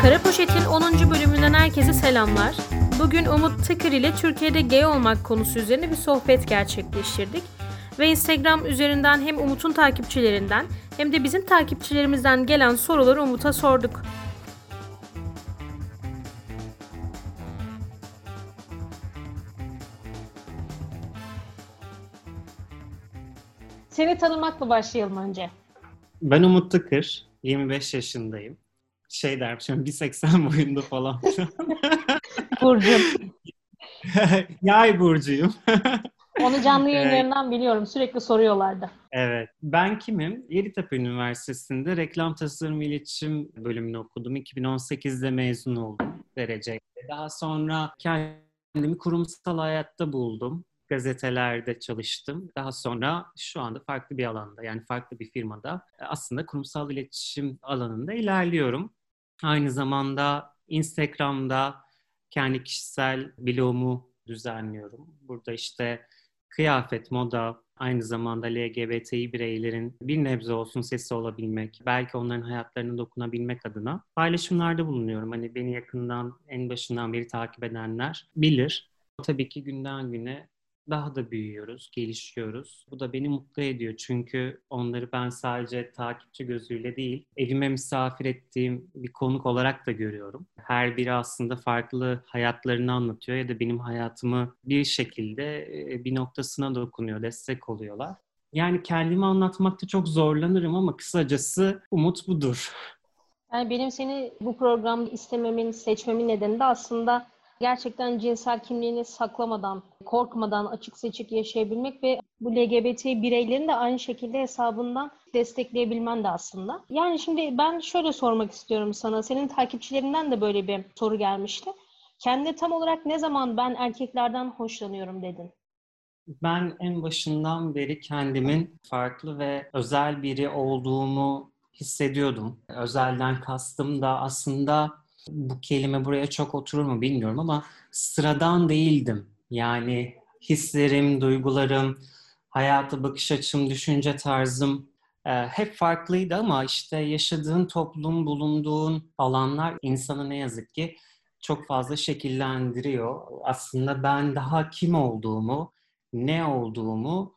Kara Poşet'in 10. bölümünden herkese selamlar. Bugün Umut Tıkır ile Türkiye'de gay olmak konusu üzerine bir sohbet gerçekleştirdik. Ve Instagram üzerinden hem Umut'un takipçilerinden hem de bizim takipçilerimizden gelen soruları Umut'a sorduk. Seni tanımakla başlayalım önce. Ben Umut Tıkır, 25 yaşındayım. Dermişim 1.80 boyunda falan. Burcum. Yay burcuyum. Onu canlı Ee, yayınlarından biliyorum. Sürekli soruyorlardı. evet. Ben kimim? Yeditepe Üniversitesi'nde reklam tasarım iletişim bölümünü okudum. 2018'de mezun oldum derece. Daha sonra kendimi kurumsal hayatta buldum. Gazetelerde çalıştım. Daha sonra şu anda farklı bir alanda, yani farklı bir firmada aslında kurumsal iletişim alanında ilerliyorum. Aynı zamanda Instagram'da kendi kişisel blogumu düzenliyorum. Burada işte kıyafet, moda, aynı zamanda LGBTİ bireylerin bir nebze olsun sesi olabilmek, belki onların hayatlarına dokunabilmek adına paylaşımlarda bulunuyorum. Hani beni yakından, en başından beri takip edenler bilir. Tabii ki günden güne daha da büyüyoruz, gelişiyoruz. Bu da beni mutlu ediyor çünkü onları ben sadece takipçi gözüyle değil, evime misafir ettiğim bir konuk olarak da görüyorum. Her biri aslında farklı hayatlarını anlatıyor ya da benim hayatımı bir şekilde bir noktasına dokunuyor, destek oluyorlar. Yani kendimi anlatmakta çok zorlanırım ama kısacası umut budur. Yani benim seni bu programda istememin, seçmemin nedeni de aslında gerçekten cinsel kimliğini saklamadan, korkmadan açık seçik yaşayabilmek ve bu LGBT bireylerin de aynı şekilde hesabından destekleyebilmen de aslında. Yani şimdi ben şöyle sormak istiyorum sana. Senin takipçilerinden de böyle bir soru gelmişti. Kendine tam olarak ne zaman ben erkeklerden hoşlanıyorum dedin? Ben en başından beri kendimin farklı ve özel biri olduğumu hissediyordum. Özelden kastım da aslında bu kelime buraya çok oturur mu bilmiyorum ama sıradan değildim. Yani hislerim, duygularım, hayata bakış açım, düşünce tarzım hep farklıydı ama işte yaşadığın toplum, bulunduğun alanlar insanı ne yazık ki çok fazla şekillendiriyor. Aslında ben daha kim olduğumu, ne olduğumu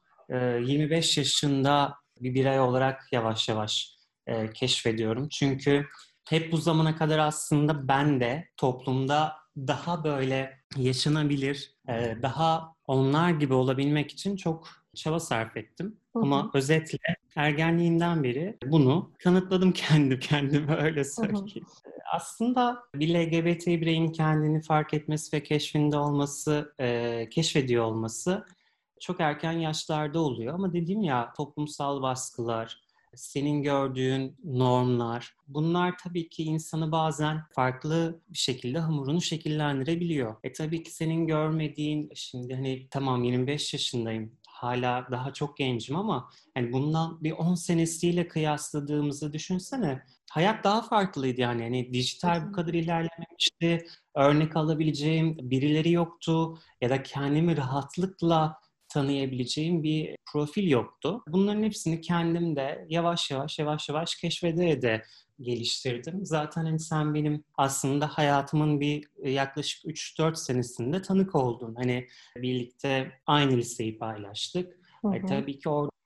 25 yaşında bir birey olarak yavaş yavaş keşfediyorum. Çünkü hep bu zamana kadar aslında ben de toplumda daha böyle yaşanabilir, daha onlar gibi olabilmek için çok çaba sarf ettim. Hı Ama hı, özetle ergenliğimden beri bunu kanıtladım kendime öyle hı hı. söyleyeyim. Aslında bir LGBT bireyin kendini fark etmesi ve keşfinde olması, keşfediyor olması çok erken yaşlarda oluyor. Ama dediğim ya toplumsal baskılar, senin gördüğün normlar, bunlar tabii ki insanı bazen farklı bir şekilde hamurunu şekillendirebiliyor. Tabii ki senin görmediğin, şimdi hani tamam 25 yaşındayım, hala daha çok gencim ama hani bundan bir 10 senesiyle kıyasladığımızı düşünsene. Hayat daha farklıydı yani. Hani dijital bu kadar Kesinlikle. ilerlememişti. Örnek alabileceğim birileri yoktu ya da kendimi rahatlıkla tanıyabileceğim bir profil yoktu. Bunların hepsini kendim de yavaş yavaş keşfede de geliştirdim. Zaten hani sen benim aslında hayatımın bir yaklaşık 3-4 senesinde tanık oldun. Hani birlikte aynı liseyi paylaştık. Hı hı. Tabii ki orada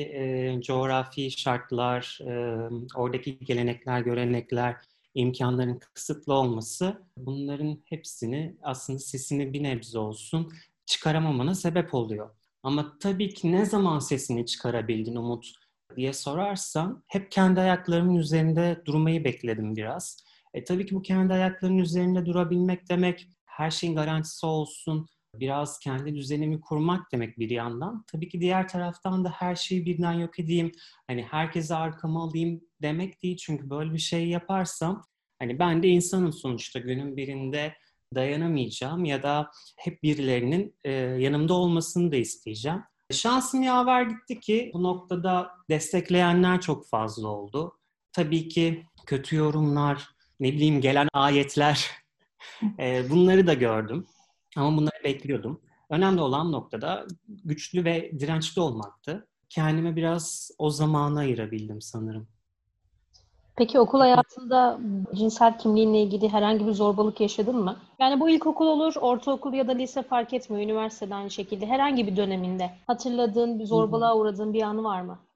coğrafi şartlar, oradaki gelenekler, görenekler, imkanların kısıtlı olması bunların hepsini aslında sesini bir nebze olsun çıkaramamana sebep oluyor. Ama tabii ki ne zaman sesini çıkarabildin Umut diye sorarsan hep kendi ayaklarımın üzerinde durmayı bekledim biraz. Tabii ki bu kendi ayaklarının üzerinde durabilmek demek her şeyin garantisi olsun, biraz kendi düzenimi kurmak demek bir yandan. Tabii ki diğer taraftan da her şeyi birden yok edeyim, hani herkese arkama alayım demek değil. Çünkü böyle bir şey yaparsam hani ben de insanım sonuçta günün birinde dayanamayacağım ya da hep birilerinin yanımda olmasını da isteyeceğim. Şansım yaver gitti ki bu noktada destekleyenler çok fazla oldu. Tabii ki kötü yorumlar, ne bileyim gelen ayetler bunları da gördüm. Ama bunları bekliyordum. Önemli olan noktada güçlü ve dirençli olmaktı. Kendime biraz o zamanı ayırabildim sanırım. Peki okul hayatında cinsel kimliğinle ilgili herhangi bir zorbalık yaşadın mı? Yani bu ilkokul olur, ortaokul ya da lise fark etmiyor, üniversitede aynı şekilde. Herhangi bir döneminde hatırladığın, bir zorbalığa uğradığın bir anı var mı?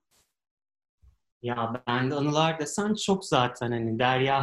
Ya bende anılar desen çok zaten hani Derya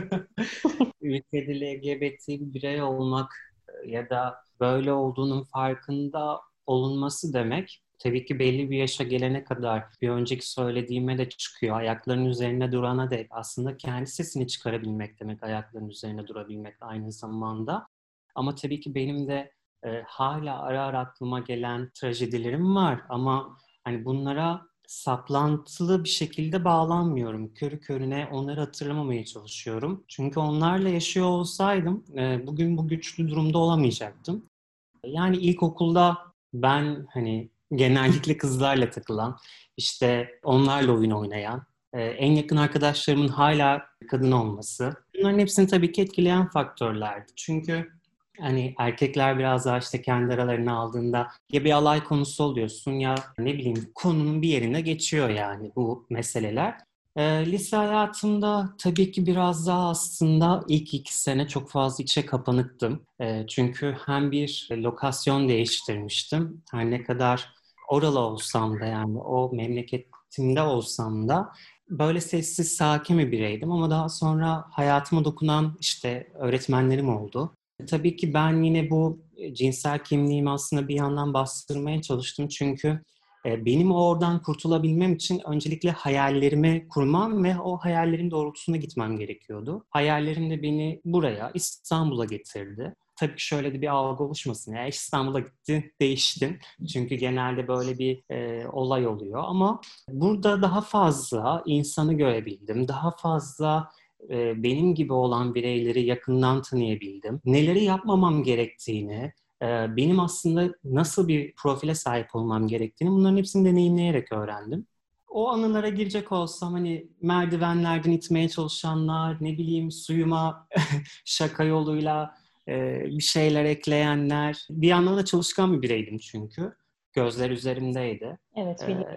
ülkede LGBT bir birey olmak ya da böyle olduğunun farkında olunması demek tabii ki belli bir yaşa gelene kadar bir önceki söylediğime de çıkıyor. Ayaklarının üzerine durana dek aslında kendi sesini çıkarabilmek demek ayaklarının üzerine durabilmek aynı zamanda. Ama tabii ki benim de hala ara ara aklıma gelen trajedilerim var ama hani bunlara saplantılı bir şekilde bağlanmıyorum. Körü körüne onları hatırlamamaya çalışıyorum. Çünkü onlarla yaşıyor olsaydım bugün bu güçlü durumda olamayacaktım. Yani ilkokulda ben hani genellikle kızlarla takılan, işte onlarla oyun oynayan, en yakın arkadaşlarımın hala kadın olması. Bunların hepsini tabii ki etkileyen faktörlerdi. Çünkü hani erkekler biraz daha işte kendi aralarını aldığında ya bir alay konusu oluyorsun ya ne bileyim konunun bir yerine geçiyor yani bu meseleler. Lise hayatımda tabii ki biraz daha aslında ilk 2 sene çok fazla içe kapanıktım. Çünkü hem bir lokasyon değiştirmiştim. Her ne kadar oralı olsam da yani o memleketimde olsam da böyle sessiz, sakin bir bireydim. Ama daha sonra hayatıma dokunan işte öğretmenlerim oldu. Tabii ki ben yine bu cinsel kimliğimi aslında bir yandan bastırmaya çalıştım. Çünkü benim oradan kurtulabilmem için öncelikle hayallerimi kurmam ve o hayallerim doğrultusunda gitmem gerekiyordu. Hayallerim de beni buraya, İstanbul'a getirdi. Tabii şöyle de bir algı oluşmasın. Ya İstanbul'a gittin, değiştin. Çünkü genelde böyle bir olay oluyor. Ama burada daha fazla insanı görebildim. Daha fazla benim gibi olan bireyleri yakından tanıyabildim. Neleri yapmamam gerektiğini, benim aslında nasıl bir profile sahip olmam gerektiğini bunların hepsini deneyimleyerek öğrendim. O anılara girecek olsam hani merdivenlerden itmeye çalışanlar, ne bileyim suyuma şaka yoluyla bir şeyler ekleyenler. Bir yandan da çalışkan bir bireydim çünkü. Gözler üzerimdeydi. Evet, biliyorum.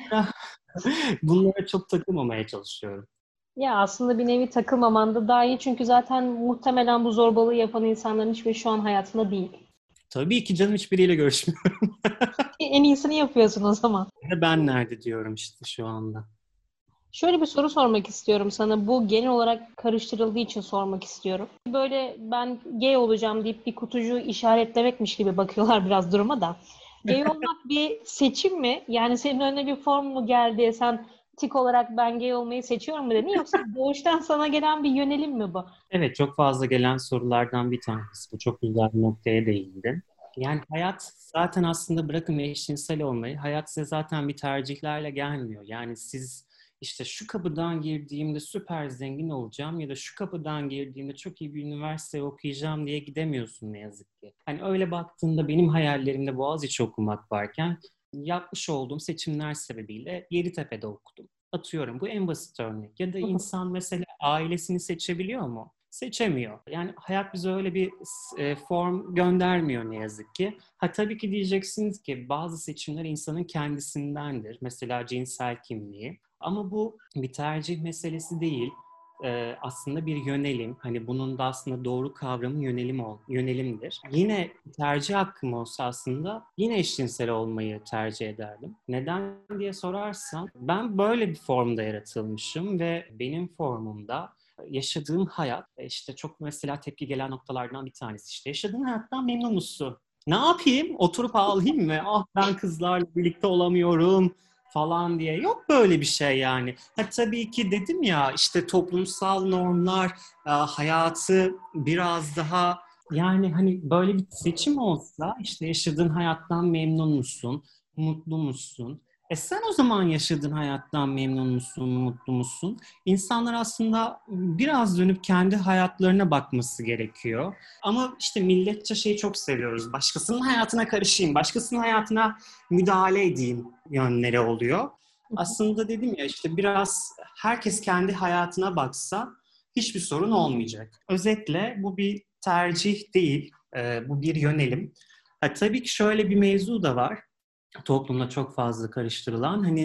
Bunlara çok takılmamaya çalışıyorum. Ya aslında bir nevi takılmaman da daha iyi çünkü zaten muhtemelen bu zorbalığı yapan insanların hiçbiri şu an hayatında değil. Tabii ki canım hiçbiriyle görüşmüyorum. En iyisini yapıyorsun o zaman. Ben nerede diyorum işte şu anda. Şöyle bir soru sormak istiyorum sana. Bu genel olarak karıştırıldığı için sormak istiyorum. Böyle ben gay olacağım deyip bir kutucuğu işaretlemekmiş gibi bakıyorlar biraz duruma da. Gay olmak bir seçim mi? Yani senin önüne bir form mu geldi? Sen tik olarak ben gay olmayı seçiyorum mu dedin? Yoksa doğuştan sana gelen bir yönelim mi bu? Evet, çok fazla gelen sorulardan bir tanesi. Bu çok güzel bir noktaya değindin. Yani hayat zaten aslında bırakın eşcinsel olmayı, hayat size zaten bir tercihlerle gelmiyor. Yani siz işte şu kapıdan girdiğimde süper zengin olacağım ya da şu kapıdan girdiğimde çok iyi bir üniversite okuyacağım diye gidemiyorsun ne yazık ki. Hani öyle baktığında benim hayallerimde Boğaziçi okumak varken yapmış olduğum seçimler sebebiyle Yeditepe'de okudum. Atıyorum bu en basit örnek. Ya da insan mesela ailesini seçebiliyor mu? Seçemiyor. Yani hayat bize öyle bir form göndermiyor ne yazık ki. Ha tabii ki diyeceksiniz ki bazı seçimler insanın kendisindendir. Mesela cinsel kimliği. Ama bu bir tercih meselesi değil. Aslında bir yönelim. Hani bunun da aslında doğru kavramı yönelimdir. Yine tercih hakkım olsa aslında yine eşcinsel olmayı tercih ederdim. Neden diye sorarsan ben böyle bir formda yaratılmışım ve benim formumda yaşadığım hayat işte çok mesela tepki gelen noktalardan bir tanesi işte yaşadığın hayattan memnun musun? Ne yapayım? Oturup ağlayayım mı? Ah ben kızlarla birlikte olamıyorum falan diye. Yok böyle bir şey yani. Ha, tabii ki dedim ya işte toplumsal normlar hayatı biraz daha yani hani böyle bir seçim olsa işte yaşadığın hayattan memnun musun? Mutlu musun? Sen o zaman yaşadığın hayattan memnun musun? Mutlu musun? İnsanlar aslında biraz dönüp kendi hayatlarına bakması gerekiyor. Ama işte milletçe şeyi çok seviyoruz. Başkasının hayatına karışayım, başkasının hayatına müdahale edeyim yönleri oluyor. Aslında dedim ya işte biraz herkes kendi hayatına baksa hiçbir sorun olmayacak. Özetle bu bir tercih değil, bu bir yönelim. Ha, tabii ki şöyle bir mevzu da var toplumda çok fazla karıştırılan. Hani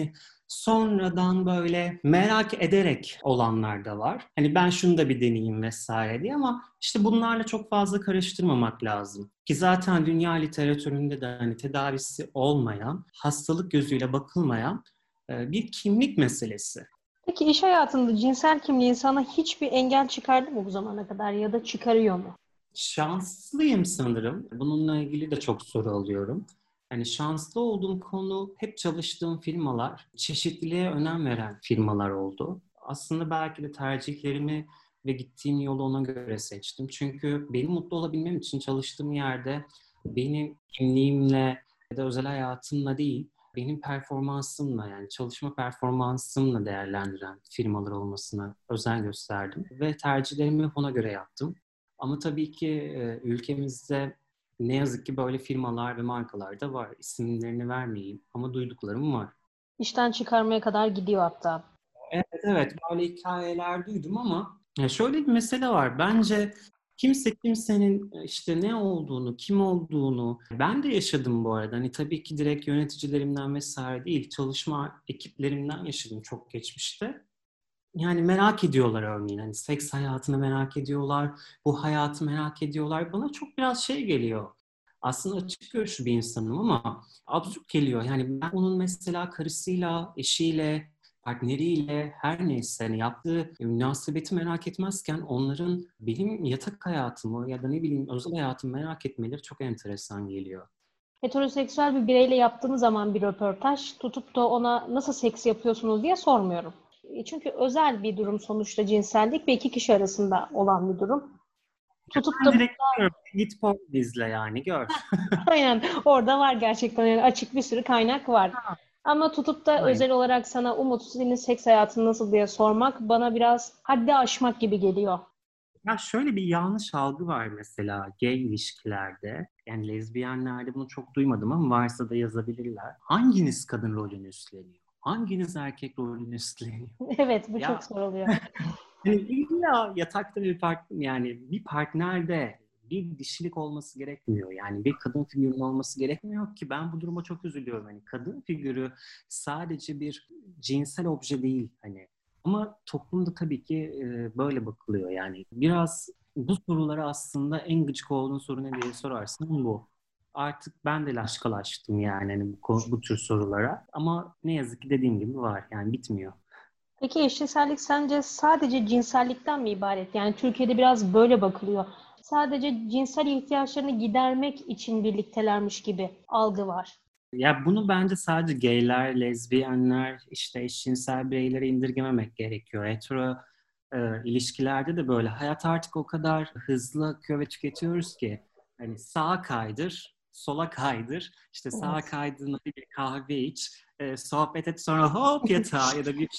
Sonradan böyle merak ederek olanlar da var. Hani ben şunu da bir deneyeyim vesaire diye ama işte bunlarla çok fazla karıştırmamak lazım. Ki zaten dünya literatüründe de hani tedavisi olmayan, hastalık gözüyle bakılmayan bir kimlik meselesi. Peki iş hayatında cinsel kimliğin sana hiçbir engel çıkardı mı bu zamana kadar ya da çıkarıyor mu? Şanslıyım sanırım. Bununla ilgili de çok soru alıyorum. Yani şanslı olduğum konu hep çalıştığım firmalar, çeşitliliğe önem veren firmalar oldu. Aslında belki de tercihlerimi ve gittiğim yolu ona göre seçtim. Çünkü benim mutlu olabilmem için çalıştığım yerde benim kimliğimle ya da özel hayatımla değil, benim performansımla yani çalışma performansımla değerlendiren firmalar olmasına özen gösterdim ve tercihlerimi hep ona göre yaptım. Ama tabii ki ülkemizde ne yazık ki böyle firmalar ve markalar da var. İsimlerini vermeyeyim ama duyduklarım var. İşten çıkarmaya kadar gidiyor hatta. Evet, evet böyle hikayeler duydum ama ya şöyle bir mesele var. Bence kimse kimsenin işte ne olduğunu, kim olduğunu ben de yaşadım bu arada. Hani tabii ki direkt yöneticilerimden vesaire değil, çalışma ekiplerimden yaşadım çok geçmişte. Yani merak ediyorlar örneğin. Hani seks hayatını merak ediyorlar, bu hayatı merak ediyorlar. Bana çok biraz şey geliyor. Aslında açık görüşlü bir insanım ama absürt geliyor. Yani ben onun mesela karısıyla, eşiyle, partneriyle her neyse hani yaptığı münasebeti merak etmezken onların benim yatak hayatımı ya da ne bileyim özel hayatımı merak etmeleri çok enteresan geliyor. Heteroseksüel bir bireyle yaptığım zaman bir röportaj tutup da ona nasıl seks yapıyorsunuz diye sormuyorum. Çünkü özel bir durum sonuçta cinsellik ve iki kişi arasında olan bir durum. Tutup Ben da direkt diyorum git porno izle yani gör. aynen orada var gerçekten yani açık bir sürü kaynak var. Ama tutup da Aynen. özel olarak sana Umut senin seks hayatın nasıl diye sormak bana biraz haddi aşmak gibi geliyor. Ya şöyle bir yanlış algı var mesela gay ilişkilerde. Yani lezbiyenlerde bunu çok duymadım ama varsa da yazabilirler. Hanginiz kadın rolünü üstleniyor? Hanginiz erkek rolünü üstleniyor? Evet bu çok Ya soruluyor. hani illa yatakta bir yani bir partnerde bir dişilik olması gerekmiyor. Yani bir kadın figürünün olması gerekmiyor ki ben bu duruma çok üzülüyorum. Hani kadın figürü sadece bir cinsel obje değil hani. Ama toplumda tabii ki böyle bakılıyor. Yani biraz bu sorulara aslında en gıcık olduğun soru ne diye sorarsın bu. Artık ben de laşkalaştım yani hani bu tür sorulara. Ama ne yazık ki dediğim gibi var yani bitmiyor. Peki eşcinsellik sence sadece cinsellikten mi ibaret? Yani Türkiye'de biraz böyle bakılıyor. Sadece cinsel ihtiyaçlarını gidermek için birliktelermiş gibi algı var. Ya bunu bence sadece gayler, lezbiyenler, işte eşcinsel bireylere indirgememek gerekiyor. Hetero ilişkilerde de böyle. Hayat artık o kadar hızlı akıyor ve tüketiyoruz ki hani sağa kaydır, sola kaydır. İşte sağa Evet. kaydığında bir kahve iç, sohbet et sonra hop yatağa ya da bir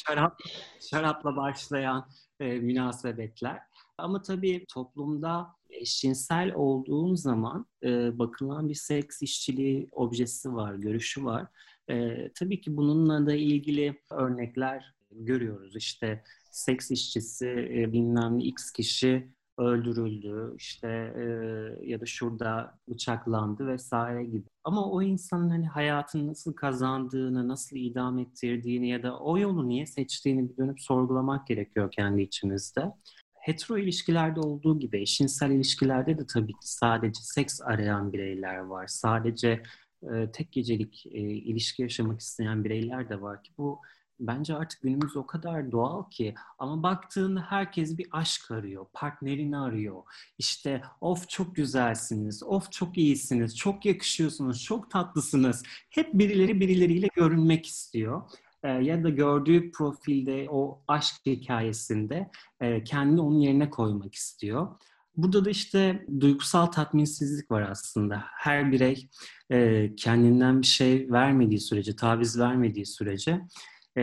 şarapla başlayan münasebetler. Ama tabii toplumda eşcinsel olduğum zaman bakılan bir seks işçiliği objesi var, görüşü var. Tabii ki bununla da ilgili örnekler görüyoruz. İşte seks işçisi bilmem ne X kişi öldürüldü işte ya da şurada bıçaklandı vesaire gibi. Ama o insanın hani hayatını nasıl kazandığını, nasıl idam ettirdiğini ya da o yolu niye seçtiğini bir dönüp sorgulamak gerekiyor kendi içimizde. Hetero ilişkilerde olduğu gibi eşcinsel ilişkilerde de tabii ki sadece seks arayan bireyler var. Sadece tek gecelik ilişki yaşamak isteyen bireyler de var ki bu bence artık günümüz o kadar doğal ki. Ama baktığında herkes bir aşk arıyor, partnerini arıyor. İşte of çok güzelsiniz, of çok iyisiniz, çok yakışıyorsunuz, çok tatlısınız. Hep birileriyle görünmek istiyor. Ya da gördüğü profilde o aşk hikayesinde kendini onun yerine koymak istiyor. Burada da işte duygusal tatminsizlik var aslında. Her birey kendinden bir şey vermediği sürece, taviz vermediği sürece e,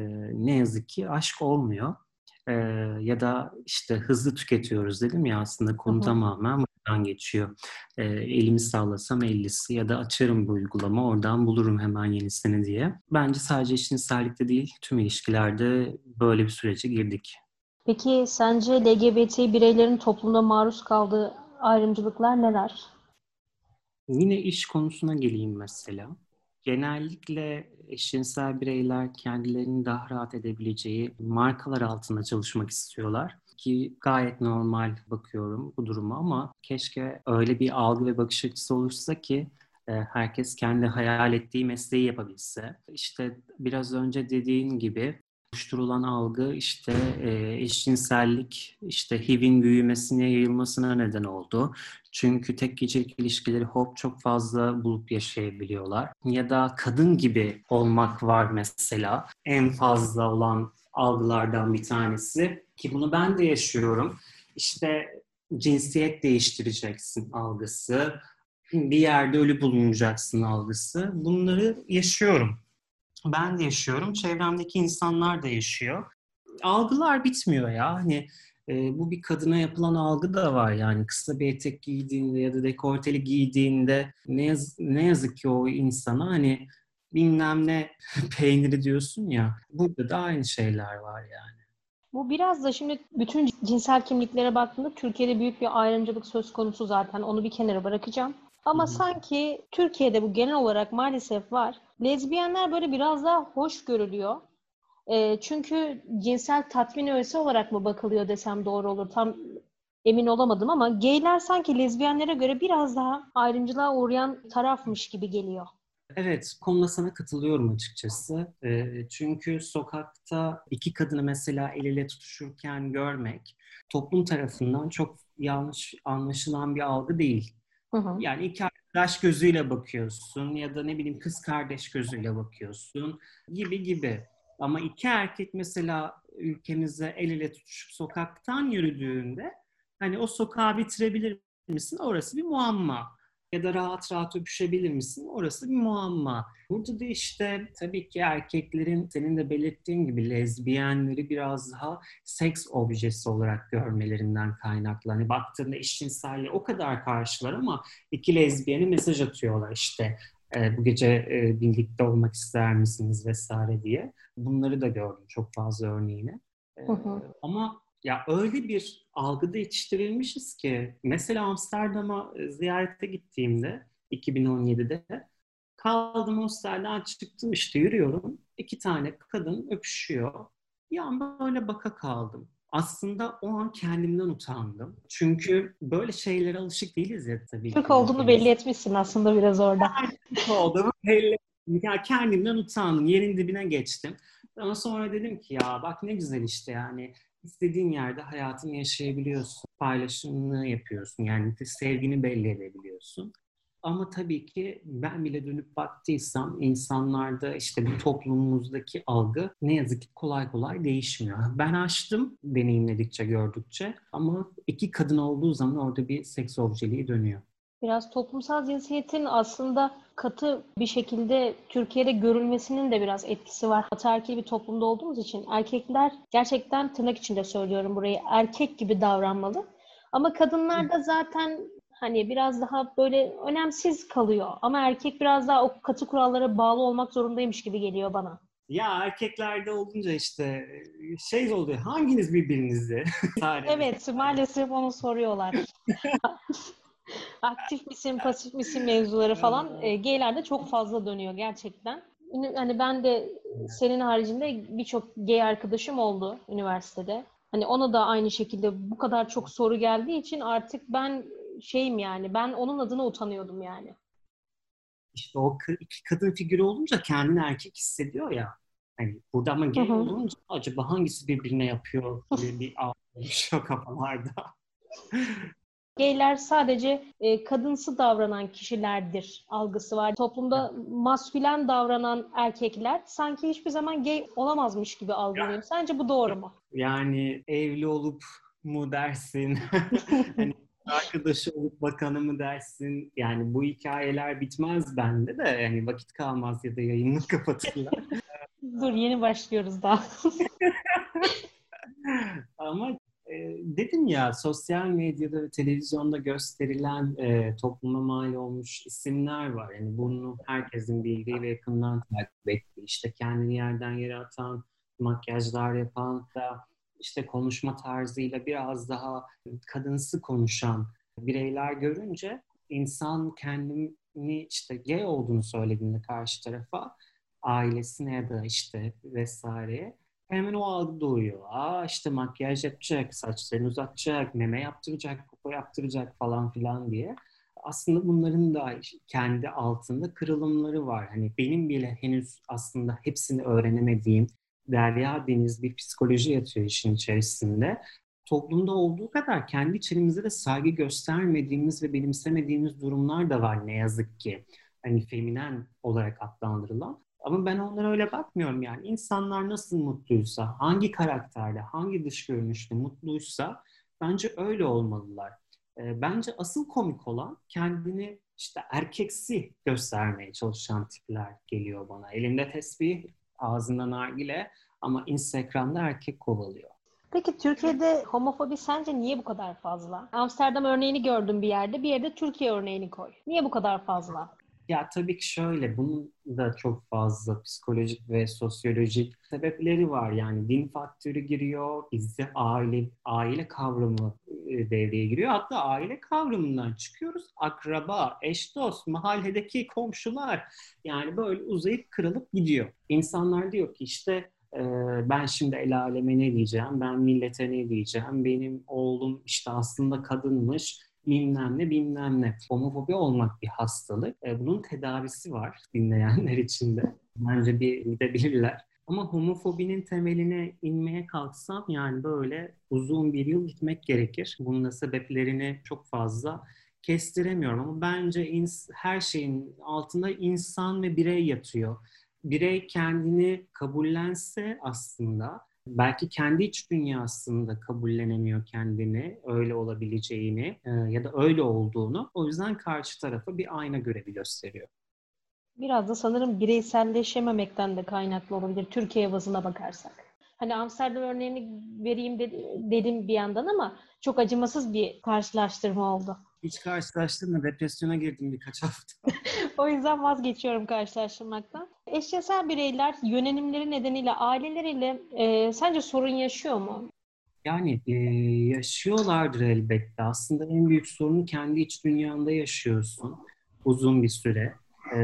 ne yazık ki aşk olmuyor. E, Ya da işte hızlı tüketiyoruz dedim ya aslında Hı konu hı. tamamen buradan geçiyor. Elimi sallasam 50'si ya da açarım bu uygulama oradan bulurum hemen yenisini diye. Bence sadece eşcinsellikte değil tüm ilişkilerde böyle bir sürece girdik. Peki sence LGBT bireylerin toplumda maruz kaldığı ayrımcılıklar neler? Yine iş konusuna geleyim mesela. Genellikle eşcinsel bireyler kendilerini daha rahat edebileceği markalar altında çalışmak istiyorlar. Ki gayet normal bakıyorum bu duruma ama keşke öyle bir algı ve bakış açısı olursa ki herkes kendi hayal ettiği mesleği yapabilse. İşte biraz önce dediğin gibi oluşturulan algı işte eşcinsellik, işte HIV'in büyümesine, yayılmasına neden oldu. Çünkü tek gecelik ilişkileri çok fazla bulup yaşayabiliyorlar. Ya da kadın gibi olmak var mesela. En fazla olan algılardan bir tanesi. Ki bunu ben de yaşıyorum. İşte cinsiyet değiştireceksin algısı. Bir yerde ölü bulunacaksın algısı. Bunları yaşıyorum. Ben de yaşıyorum. Çevremdeki insanlar da yaşıyor. Algılar bitmiyor ya. Hani bu bir kadına yapılan algı da var yani kısa bir etek giydiğinde ya da dekolteli giydiğinde ne yazık ki o insana hani bilmem ne peyniri diyorsun ya. Burada da aynı şeyler var yani. Bu biraz da şimdi bütün cinsel kimliklere baktığında Türkiye'de büyük bir ayrımcılık söz konusu zaten. Onu bir kenara bırakacağım. Hı Ama hı. sanki Türkiye'de bu genel olarak maalesef var. Lezbiyenler böyle biraz daha hoş görülüyor. Çünkü cinsel tatmin öğesi olarak mı bakılıyor desem doğru olur. Tam emin olamadım ama gayler sanki lezbiyenlere göre biraz daha ayrımcılığa uğrayan tarafmış gibi geliyor. Evet, konuda sana katılıyorum açıkçası. Çünkü sokakta iki kadını mesela el ele tutuşurken görmek toplum tarafından çok yanlış anlaşılan bir algı değil. Hı hı. Yani iki arkadaş gözüyle bakıyorsun ya da ne bileyim kız kardeş gözüyle bakıyorsun gibi gibi. Ama iki erkek mesela ülkemizde el ele tutuşup sokaktan yürüdüğünde hani o sokağı bitirebilir misin? Orası bir muamma. Ya da rahat rahat öpüşebilir misin? Orası bir muamma. Burada da işte tabii ki erkeklerin senin de belirttiğin gibi lezbiyenleri biraz daha seks objesi olarak görmelerinden kaynaklı. Hani baktığında eşcinselliğe o kadar karşılar ama iki lezbiyene mesaj atıyorlar işte. Bu gece birlikte olmak ister misiniz vesaire diye. Bunları da gördüm çok fazla örneğini. E, Hı hı. Ama ya öyle bir algıda yetiştirilmişiz ki mesela Amsterdam'a ziyarete gittiğimde 2017'de kaldım hostelden çıktım işte yürüyorum. İki tane kadın öpüşüyor. Bir an böyle baka kaldım. Aslında o an kendimden utandım. Çünkü böyle şeylere alışık değiliz ya tabii Türk ki olduğunu belli ülkemiz. etmişsin aslında biraz orada. Olduğumu belli. Ya kendimden utandım. Yerin dibine geçtim. Ama sonra dedim ki ya bak ne güzel işte yani istediğin yerde hayatını yaşayabiliyorsun. Paylaşımını yapıyorsun. Yani sevgini belli edebiliyorsun. Ama tabii ki ben bile dönüp baktıysam insanlarda işte bu toplumumuzdaki algı ne yazık ki kolay kolay değişmiyor. Ben açtım deneyimledikçe, gördükçe ama iki kadın olduğu zaman orada bir seks objeliği dönüyor. Biraz toplumsal cinsiyetin aslında katı bir şekilde Türkiye'de görülmesinin de biraz etkisi var. Ataerkil bir toplumda olduğumuz için erkekler gerçekten tırnak içinde söylüyorum burayı erkek gibi davranmalı. Ama kadınlar da zaten hani biraz daha böyle önemsiz kalıyor. Ama erkek biraz daha o katı kurallara bağlı olmak zorundaymış gibi geliyor bana. Ya erkeklerde olunca işte şey oluyor. Hanginiz birbirinizle? Evet, maalesef onu soruyorlar. Aktif misin, pasif misin mevzuları falan gaylerde çok fazla dönüyor gerçekten. Hani ben de senin haricinde birçok gay arkadaşım oldu üniversitede. Hani ona da aynı şekilde bu kadar çok soru geldiği için artık ben şeyim yani ben onun adına utanıyordum yani. İşte o iki kadın figürü olunca kendini erkek hissediyor ya. Hani burada ama Hı gay hı. olunca acaba hangisi birbirine yapıyor gibi bir algı oluşuyor kafalarda. Gayler sadece kadınsı davranan kişilerdir algısı var. Toplumda maskülen davranan erkekler sanki hiçbir zaman gay olamazmış gibi algılanıyor. Sence bu doğru mu? Yani evli olup mu dersin? Hani arkadaşı olup bakanı mı dersin? Yani bu hikayeler bitmez bende de. Yani vakit kalmaz ya da yayını kapatırlar. Dur yeni başlıyoruz daha. Ama dedim ya sosyal medyada ve televizyonda gösterilen topluma mal olmuş isimler var. Yani bunu herkesin bildiği ve yakından takip ettiği. İşte kendini yerden yere atan, makyajlar yapan da işte konuşma tarzıyla biraz daha kadınsı konuşan bireyler görünce insan işte gay olduğunu söylediğinde karşı tarafa, ailesine ya da işte vesaireye hemen o algı doğuyor. İşte makyaj yapacak, saçlarını uzatacak, meme yaptıracak, popo yaptıracak falan filan diye. Aslında bunların da kendi altında kırılımları var. Hani benim bile henüz aslında hepsini öğrenemediğim derya deniz bir psikoloji yatıyor işin içerisinde. Toplumda olduğu kadar kendi içerimizde de saygı göstermediğimiz ve benimsemediğimiz durumlar da var ne yazık ki. Hani feminen olarak adlandırılan. Ama ben onlara öyle bakmıyorum yani. İnsanlar nasıl mutluysa, hangi karakterde, hangi dış görünüşle mutluysa bence öyle olmalılar. Bence asıl komik olan kendini işte erkeksi göstermeye çalışan tipler geliyor bana. Elinde tesbih, ağzında nargile ama Instagram'da erkek kovalıyor. Peki Türkiye'de homofobi sence niye bu kadar fazla? Amsterdam örneğini gördüm bir yerde, bir yerde Türkiye örneğini koy. Niye bu kadar fazla? Ya tabii ki şöyle, bunun da çok fazla psikolojik ve sosyolojik sebepleri var. Yani din faktörü giriyor, bizde aile kavramı devreye giriyor. Hatta aile kavramından çıkıyoruz, akraba, eş dost, mahalledeki komşular. Yani böyle uzayıp kırılıp gidiyor. İnsanlar diyor ki işte ben şimdi el aleme ne diyeceğim, ben millete ne diyeceğim, benim oğlum işte aslında kadınmış, bilmem ne bilmem ne. Homofobi olmak bir hastalık. Bunun tedavisi var dinleyenler için de. Bence bir gidebilirler. Ama homofobinin temeline inmeye kalksam yani böyle uzun bir yıl gitmek gerekir. Bunun da sebeplerini çok fazla kestiremiyorum. Ama bence her şeyin altında insan ve birey yatıyor. Birey kendini kabullense aslında belki kendi iç dünyasında kabullenemiyor kendini, öyle olabileceğini ya da öyle olduğunu. O yüzden karşı tarafa bir ayna görevi gösteriyor. Biraz da sanırım bireyselleşememekten de kaynaklı olabilir Türkiye bazına bakarsak. Hani Amsterdam örneğini vereyim dedim bir yandan ama çok acımasız bir karşılaştırma oldu. Hiç karşılaştırma, depresyona girdim birkaç hafta. O yüzden vazgeçiyorum karşılaştırmaktan. Eşcinsel bireyler yönelimleri nedeniyle aileleriyle sence sorun yaşıyor mu? Yani yaşıyorlardır elbette. Aslında en büyük sorunu kendi iç dünyanda yaşıyorsun uzun bir süre.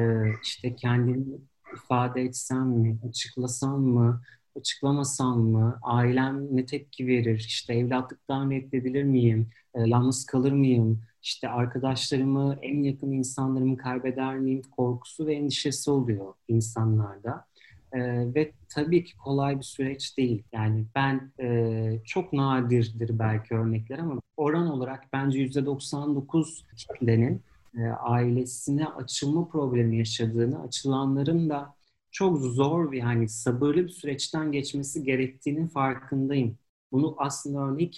İşte kendini ifade etsem mi, açıklasam mı, açıklamasam mı, ailem ne tepki verir, işte evlatlıktan reddedilir miyim, yalnız kalır mıyım, işte arkadaşlarımı, en yakın insanlarımı kaybeder miyim korkusu ve endişesi oluyor insanlarda. Ve tabii ki kolay bir süreç değil. Yani ben çok nadirdir belki örnekler ama oran olarak bence %99 kitlenin ailesine açılma problemi yaşadığını, açılanların da çok zor ve yani sabırlı bir süreçten geçmesi gerektiğinin farkındayım. Bunu aslında örneği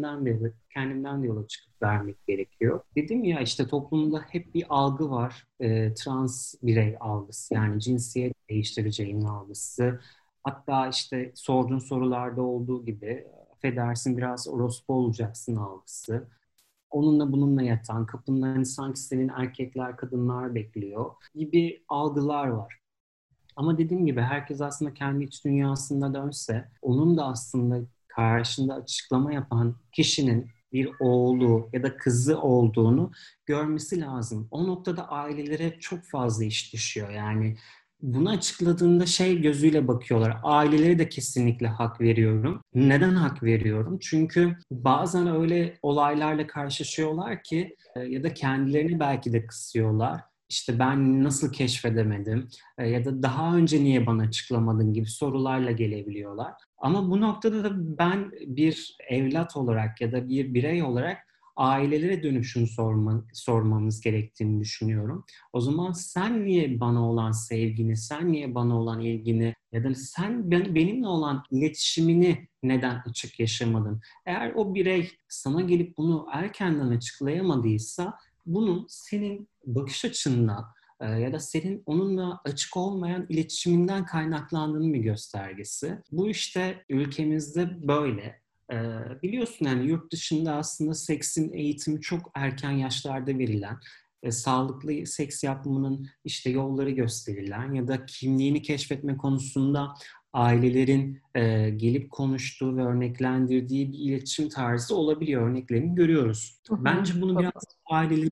kendimden de yola çıkıp vermek gerekiyor. Dedim ya işte toplumda hep bir algı var. Trans birey algısı yani cinsiyet değiştireceğin algısı. Hatta işte sorduğun sorularda olduğu gibi affedersin biraz orospu olacaksın algısı. Onunla bununla yatan, kapının hani sanki senin erkekler, kadınlar bekliyor gibi algılar var. Ama dediğim gibi herkes aslında kendi iç dünyasında dönse, onun da aslında karşında açıklama yapan kişinin bir oğlu ya da kızı olduğunu görmesi lazım. O noktada ailelere çok fazla iş düşüyor. Yani bunu açıkladığında şey gözüyle bakıyorlar. Ailelere de kesinlikle hak veriyorum. Neden hak veriyorum? Çünkü bazen öyle olaylarla karşılaşıyorlar ki ya da kendilerini belki de kısıyorlar. İşte ben nasıl keşfedemedim ya da daha önce niye bana açıklamadın gibi sorularla gelebiliyorlar. Ama bu noktada da ben bir evlat olarak ya da bir birey olarak ailelere dönüp şunu sormamız gerektiğini düşünüyorum. O zaman sen niye bana olan sevgini, sen niye bana olan ilgini ya da sen benimle olan iletişimini neden açık yaşamadın? Eğer o birey sana gelip bunu erkenden açıklayamadıysa bunun senin bakış açından ya da senin onunla açık olmayan iletişiminden kaynaklandığının bir göstergesi. Bu işte ülkemizde böyle. Biliyorsun yani yurt dışında aslında seksin eğitimi çok erken yaşlarda verilen, sağlıklı seks yapmanın işte yolları gösterilen ya da kimliğini keşfetme konusunda ailelerin gelip konuştuğu ve örneklendirdiği bir iletişim tarzı olabiliyor. Örneklerini görüyoruz. Hı hı, Bence bunu biraz çok. ailelerin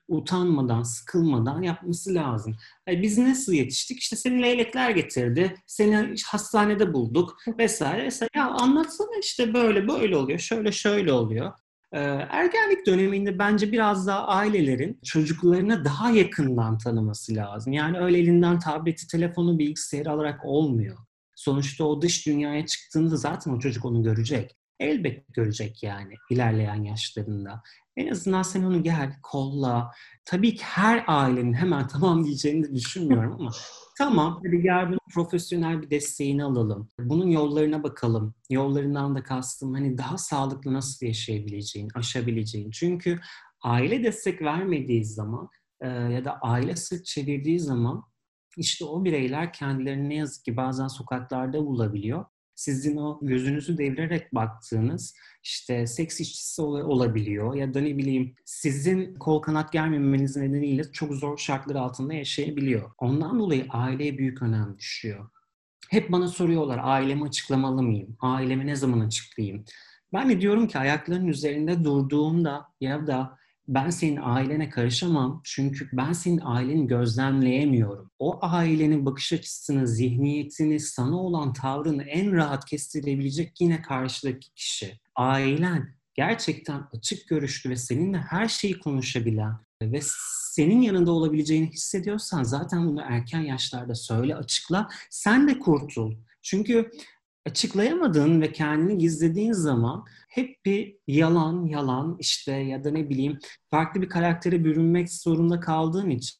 utanmadan, sıkılmadan yapması lazım. Yani biz nasıl yetiştik? İşte seni leylekler getirdi, seni hastanede bulduk vesaire vesaire. Ya anlatsana işte böyle böyle oluyor, şöyle şöyle oluyor. Ergenlik döneminde bence biraz daha ailelerin çocuklarına daha yakından tanıması lazım. Yani öyle elinden tableti, telefonu, bilgisayarı alarak olmuyor. Sonuçta o dış dünyaya çıktığında zaten o çocuk onu görecek. Elbet görecek yani ilerleyen yaşlarında. En azından sen onu gel, kolla. Tabii ki her ailenin hemen tamam diyeceğini de düşünmüyorum ama tamam, hadi gel bunun profesyonel bir desteğini alalım. Bunun yollarına bakalım. Yollarından da kastım hani daha sağlıklı nasıl yaşayabileceğin, aşabileceğin. Çünkü aile destek vermediği zaman ya da aile sırt çevirdiği zaman işte o bireyler kendilerini ne yazık ki bazen sokaklarda bulabiliyor. Sizin o gözünüzü devirerek baktığınız işte seks işçisi olabiliyor ya da ne bileyim sizin kol kanat germemeniz nedeniyle çok zor şartlar altında yaşayabiliyor. Ondan dolayı aileye büyük önem düşüyor. Hep bana soruyorlar ailemi açıklamalı mıyım? Ailemi ne zaman açıklayayım? Ben de diyorum ki ayaklarının üzerinde durduğumda ya da ben senin ailene karışamam çünkü ben senin aileni gözlemleyemiyorum. O ailenin bakış açısını, zihniyetini, sana olan tavrını en rahat kestirebilecek yine karşıdaki kişi. Ailen gerçekten açık görüşlü ve seninle her şeyi konuşabilen ve senin yanında olabileceğini hissediyorsan zaten bunu erken yaşlarda söyle, açıkla. Sen de kurtul. Çünkü açıklayamadığın ve kendini gizlediğin zaman hep bir yalan yalan işte ya da ne bileyim farklı bir karaktere bürünmek zorunda kaldığın için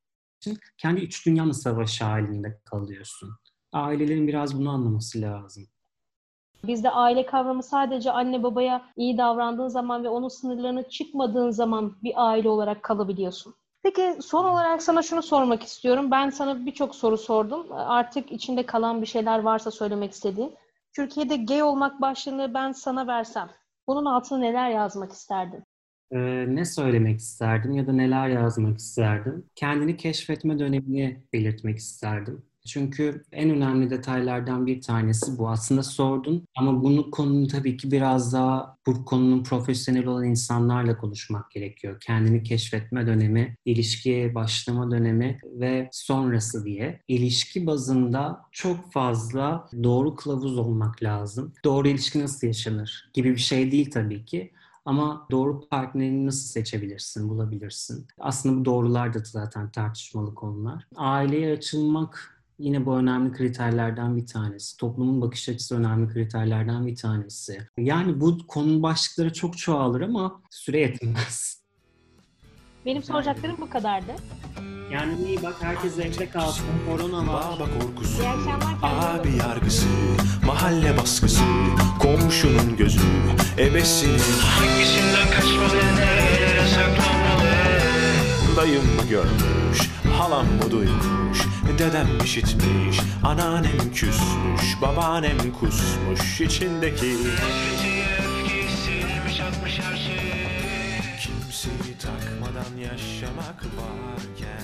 kendi iç dünyanın savaşı halinde kalıyorsun. Ailelerin biraz bunu anlaması lazım. Bizde aile kavramı sadece anne babaya iyi davrandığın zaman ve onun sınırlarına çıkmadığın zaman bir aile olarak kalabiliyorsun. Peki son olarak sana şunu sormak istiyorum. Ben sana birçok soru sordum. Artık içinde kalan bir şeyler varsa söylemek istediğin. Türkiye'de gay olmak başlığını ben sana versem, bunun altına neler yazmak isterdin? Ne söylemek isterdim ya da neler yazmak isterdim? Kendini keşfetme dönemini belirtmek isterdim. Çünkü en önemli detaylardan bir tanesi bu. Aslında sordun ama bunu konunun tabii ki biraz daha bu konunun profesyonel olan insanlarla konuşmak gerekiyor. Kendini keşfetme dönemi, ilişkiye başlama dönemi ve sonrası diye. İlişki bazında çok fazla doğru kılavuz olmak lazım. Doğru ilişki nasıl yaşanır gibi bir şey değil tabii ki. Ama doğru partnerini nasıl seçebilirsin, bulabilirsin? Aslında bu doğrular da zaten tartışmalı konular. Aileye açılmak yine bu önemli kriterlerden bir tanesi. Toplumun bakış açısı önemli kriterlerden bir tanesi. Yani bu konu başlıkları çok çoğalır ama süre yetmez. Benim soracaklarım bu kadardı. Yani iyi bak herkes evde kalsın. Korona var. Baba korkusu, İyi akşamlar. Kendinize abi yargısı, mahalle baskısı, komşunun gözü, ebesinin hangisinden kaçmalı, nerelere saklanmalı? Dayım mı görmüş, halam mı duymuş, dedem işitmiş, anneannem küsmüş, babaannem kusmuş, içindeki öfkeyi silmiş atmış her şey. Kimseyi takmadan yaşamak varken